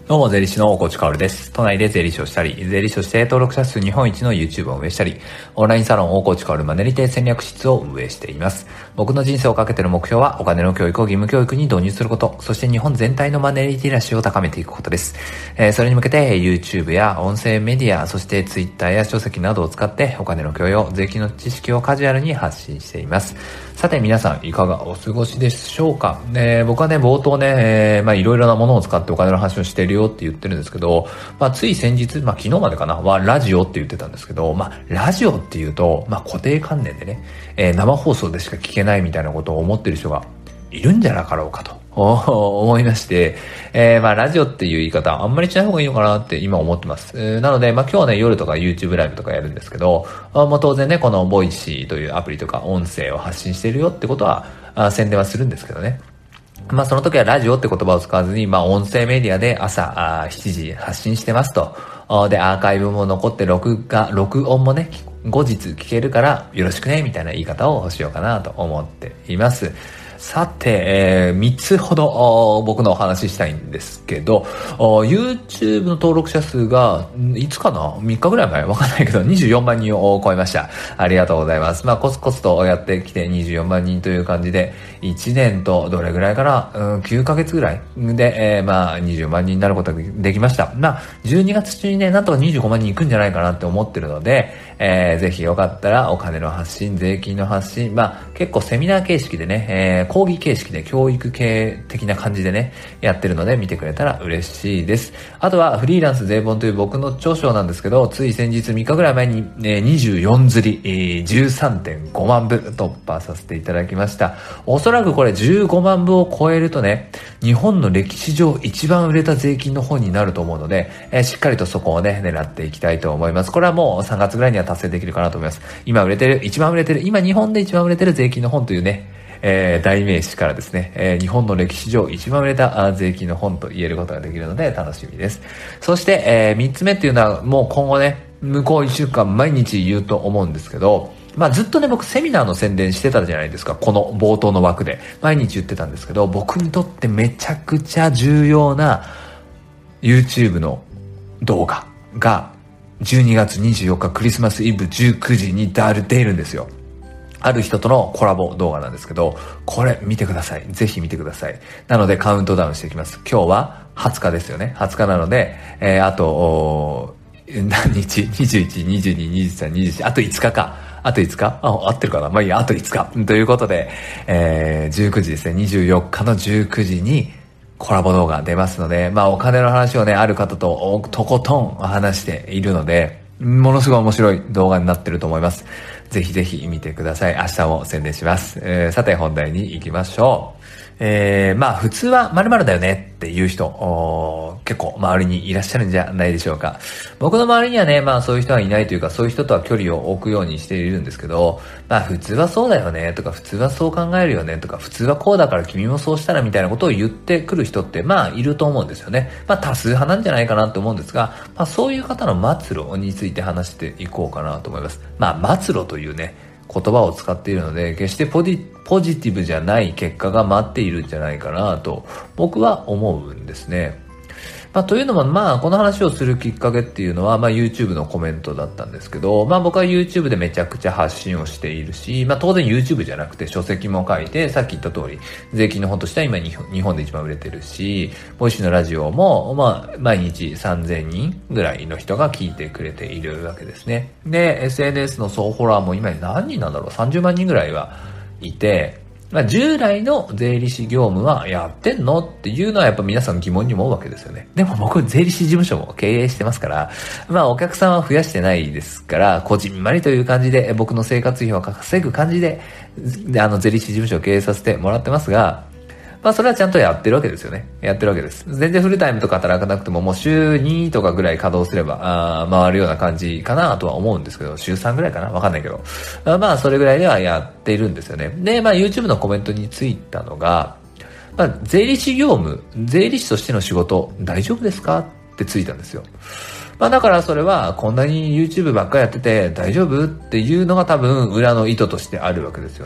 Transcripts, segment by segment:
どうも、税理士の大河内かおるです。都内で税理士をしたり、税理士として登録者数日本一の YouTube を運営したり、オンラインサロン大河内かおるマネリテ戦略室を運営しています。僕の人生をかけての目標は、お金の教育を義務教育に導入すること、そして日本全体のマネリテラシーを高めていくことです。それに向けて YouTube や音声メディア、そして Twitter や書籍などを使ってお金の教養、税金の知識をカジュアルに発信しています。さて皆さんいかがお過ごしでしょうか。僕はね、冒頭ね、いろいろなものを使ってお金の話をしているよって言ってるんですけど、つい先日、昨日までかな、はラジオって言ってたんですけど、ラジオっていうと、固定観念でね、生放送でしか聞けないみたいなことを思ってる人がいるんじゃなかろうかと思いまして、ラジオっていう言い方あんまりしない方がいいのかなって今思ってます。なので、今日はね、夜とか YouTube ライブとかやるんですけど、もう当然ね、このボイシーというアプリとか音声を発信しているよってことは宣伝はするんですけどね。その時はラジオって言葉を使わずに、音声メディアで朝7時発信してますと。で、アーカイブも残って録音もね、後日聞けるからよろしくね、みたいな言い方をしようかなと思っています。さて、3つほど僕のお話ししたいんですけど、YouTube の登録者数が、いつかな ?3 日ぐらい前わかんないけど、24万人を超えました。ありがとうございます。コツコツとやってきて24万人という感じで、1年とどれぐらいかな、9ヶ月ぐらいで、20万人になることができました。12月中にね、なんとか25万人いくんじゃないかなって思ってるので、ぜひよかったらお金の発信、税金の発信、結構セミナー形式でね、講義形式で教育系的な感じでね、やってるので見てくれたら嬉しいです。あとはフリーランス税本という僕の著書なんですけど、つい先日3日ぐらい前に、24釣り、13.5 万部突破させていただきました。おそらくこれ15万部を超えるとね、日本の歴史上一番売れた税金の本になると思うので、しっかりとそこをね、狙っていきたいと思います。これはもう3月ぐらいには達成できるかなと思います。今日本で一番売れてる税金の本というね、代名詞からですね、日本の歴史上一番売れた税金の本と言えることができるので楽しみです。そして、3つ目っていうのはもう今後ね、向こう1週間毎日言うと思うんですけど、ずっとね、僕セミナーの宣伝してたじゃないですか。この冒頭の枠で。毎日言ってたんですけど、僕にとってめちゃくちゃ重要な YouTube の動画が12月24日クリスマスイブ19時に出るんですよ。ある人とのコラボ動画なんですけど、これ見てください。ぜひ見てください。なのでカウントダウンしていきます。今日は20日ですよね。20日なので、あと、何日 ?21、22、23、24、あと5日か。あと5日合ってるかな、いいや、あと5日。ということで、19時ですね。24日の19時にコラボ動画出ますので、お金の話をね、ある方ととことん話しているので、ものすごい面白い動画になってると思います。ぜひぜひ見てください。明日も宣伝します。さて本題に行きましょう。普通は〇〇だよねっていう人、結構周りにいらっしゃるんじゃないでしょうか。僕の周りにはね、そういう人はいないというか、そういう人とは距離を置くようにしているんですけど、普通はそうだよねとか、普通はそう考えるよねとか、普通はこうだから君もそうしたらみたいなことを言ってくる人っていると思うんですよね。多数派なんじゃないかなと思うんですが、そういう方の末路について話していこうかなと思います。末路というね、言葉を使っているので、決してポジティブじゃない結果が待っているんじゃないかなと僕は思うんですね。というのもこの話をするきっかけっていうのはYouTube のコメントだったんですけど、僕は YouTube でめちゃくちゃ発信をしているし、当然 YouTube じゃなくて書籍も書いて、さっき言った通り税金の本としては今日本で一番売れてるし、ボイシーのラジオも毎日3000人ぐらいの人が聞いてくれているわけですね。で SNS の総フォロワーも今何人なんだろう、30万人ぐらいはいて、従来の税理士業務はやってんのっていうのはやっぱ皆さん疑問に思うわけですよね。でも僕税理士事務所も経営してますから、お客さんは増やしてないですから、こじんまりという感じで僕の生活費を稼ぐ感じで、税理士事務所を経営させてもらってますが、それはちゃんとやってるわけですよね。やってるわけです。全然フルタイムとか働かなくてももう週2とかぐらい稼働すれば、回るような感じかなとは思うんですけど、週3ぐらいかなわかんないけど。それぐらいではやっているんですよね。で、YouTube のコメントについたのが、税理士業務、税理士としての仕事大丈夫ですかってついたんですよ。だからそれはこんなに YouTube ばっかりやってて大丈夫っていうのが多分裏の意図としてあるわけですよね。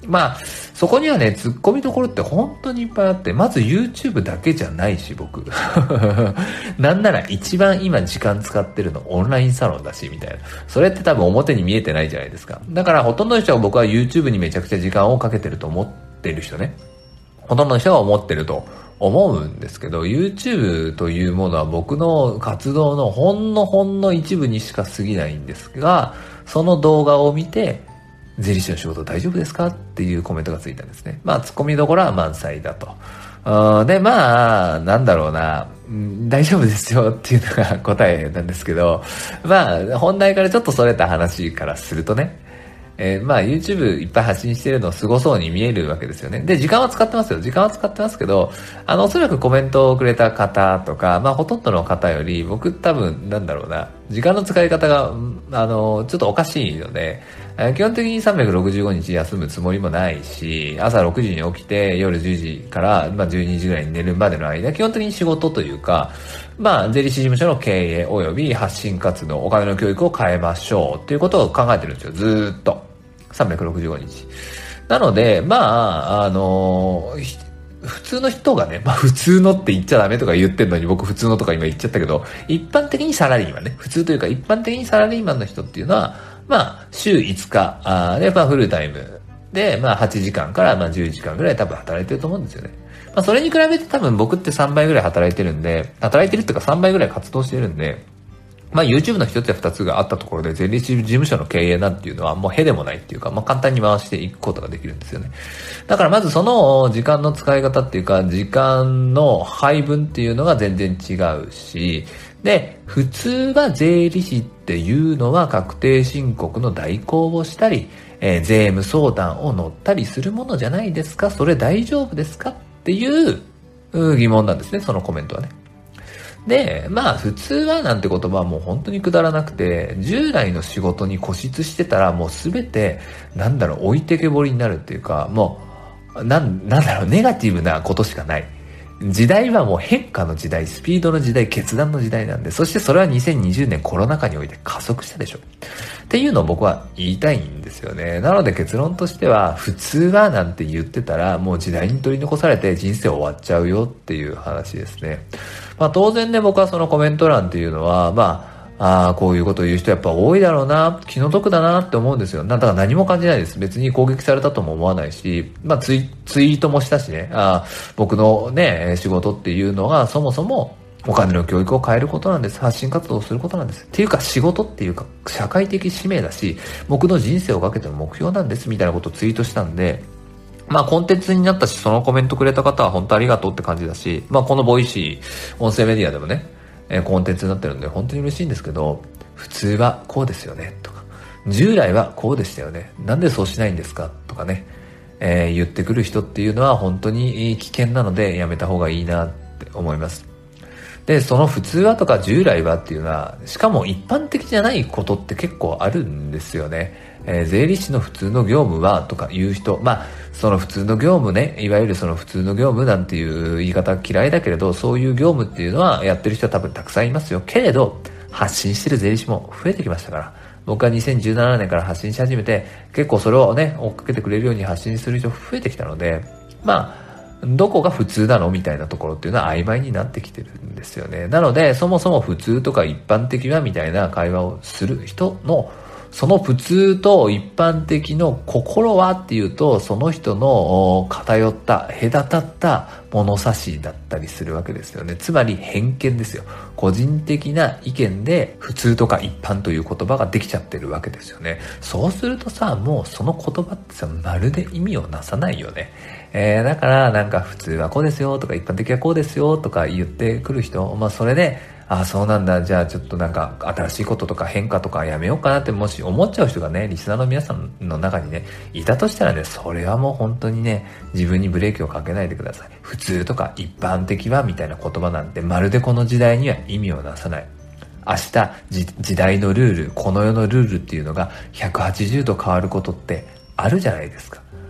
まあ、そこにはね、突っ込みどころって本当にいっぱいあって、まず YouTube だけじゃないし、僕。なんなら一番今時間使ってるのオンラインサロンだし、みたいな。それって多分表に見えてないじゃないですか。だからほとんどの人は僕は YouTube にめちゃくちゃ時間をかけてると思ってる人ね。ほとんどの人は思ってると思うんですけど、YouTube というものは僕の活動のほんの一部にしか過ぎないんですが、その動画を見て、税理士の仕事大丈夫ですかっていうコメントがついたんですね。まあ、突っ込みどころは満載だと。で、まあ、なんだろうな、大丈夫ですよっていうのが答えなんですけど、まあ、本題からちょっとそれた話からするとね、まあ YouTube いっぱい発信してるのすごそうに見えるわけですよね。で、時間は使ってますよ。時間は使ってますけど、おそらくコメントをくれた方とか、まあほとんどの方より、僕多分、なんだろうな、時間の使い方が、ちょっとおかしいので、基本的に365日休むつもりもないし、朝6時に起きて夜10時から、まあ12時ぐらいに寝るまでの間、基本的に仕事というか、まあ税理士事務所の経営及び発信活動、お金の教育を変えましょうっていうことを考えてるんですよ。ずーっと。365日。なので、まあ、普通の人がね、まあ普通のって言っちゃダメとか言ってんのに僕普通のとか今言っちゃったけど、一般的にサラリーマンね、普通というか一般的にサラリーマンの人っていうのは、まあ週5日で、まあフルタイムで、まあ8時間からまあ10時間ぐらい多分働いてると思うんですよね。まあそれに比べて多分僕って3倍ぐらい働いてるんで、働いてるっていうか3倍ぐらい活動してるんで、まあ YouTube の一つや二つがあったところで税理士事務所の経営なんていうのはもうへでもないっていうか、まあ簡単に回していくことができるんですよね。だからまずその時間の使い方っていうか、時間の配分っていうのが全然違うし、で、普通は税理士っていうのは確定申告の代行をしたり、税務相談を乗ったりするものじゃないですか？それ大丈夫ですか？っていう疑問なんですね、そのコメントはね。で、まあ普通はなんて言葉はもう本当にくだらなくて、従来の仕事に固執してたらもうすべて、置いてけぼりになるっていうか、もう、なんだろう、ネガティブなことしかない。時代はもう変化の時代、スピードの時代、決断の時代なんで、そしてそれは2020年コロナ禍において加速したでしょ。っていうのを僕は言いたいんですよね。なので結論としては、普通はなんて言ってたら、もう時代に取り残されて人生終わっちゃうよっていう話ですね。まあ当然ね、僕はそのコメント欄っていうのは、こういうことを言う人やっぱ多いだろうな、気の毒だなって思うんですよ。だから何も感じないです。別に攻撃されたとも思わないし、まあツイートもしたしね、僕のね、仕事っていうのがそもそもお金の教育を変えることなんです。発信活動をすることなんです。っていうか仕事っていうか社会的使命だし、僕の人生をかけての目標なんですみたいなことをツイートしたんで、まあコンテンツになったし、そのコメントくれた方は本当ありがとうって感じだし、まあこのボイシー、音声メディアでもね、コンテンツになってるんで本当に嬉しいんですけど、普通はこうですよねとか、従来はこうでしたよね、なんでそうしないんですかとかね、言ってくる人っていうのは本当に危険なのでやめた方がいいなって思います。で、その普通はとか従来はっていうのは、しかも一般的じゃないことって結構あるんですよね。税理士の普通の業務はとか言う人、まあ、その普通の業務ね、いわゆるその普通の業務なんていう言い方嫌いだけれど、そういう業務っていうのはやってる人は多分たくさんいますよ。けれど、発信してる税理士も増えてきましたから。僕は2017年から発信し始めて、結構それをね、追っかけてくれるように発信する人増えてきたので、まあ、どこが普通なのみたいなところっていうのは曖昧になってきてるんですよね。なので、そもそも普通とか一般的はみたいな会話をする人の、その普通と一般的の心はっていうと、その人の偏った、隔たった物差しだったりするわけですよね。つまり偏見ですよ。個人的な意見で普通とか一般という言葉ができちゃってるわけですよね。そうするとさ、もうその言葉ってさ、まるで意味をなさないよね。だからなんか普通はこうですよとか一般的はこうですよとか言ってくる人、まあそれで、そうなんだ、じゃあちょっとなんか新しいこととか変化とかやめようかなってもし思っちゃう人がね、リスナーの皆さんの中にね、いたとしたらね、それはもう本当にね、自分にブレーキをかけないでください。普通とか一般的はみたいな言葉なんてまるでこの時代には意味をなさない。明日、時代のルール、この世のルールっていうのが180度変わることってあるじゃないですか。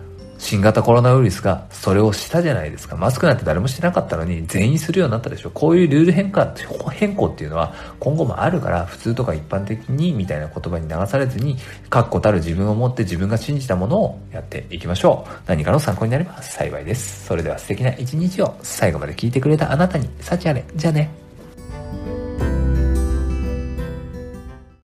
新型コロナウイルスがそれをしたじゃないですか。マスクなんて誰もしてなかったのに全員するようになったでしょ。こういうルール変更っていうのは今後もあるから、普通とか一般的にみたいな言葉に流されずに、確固たる自分を持って自分が信じたものをやっていきましょう。何かの参考になれば幸いです。それでは素敵な一日を最後まで聞いてくれたあなたに幸あれ。じゃあね。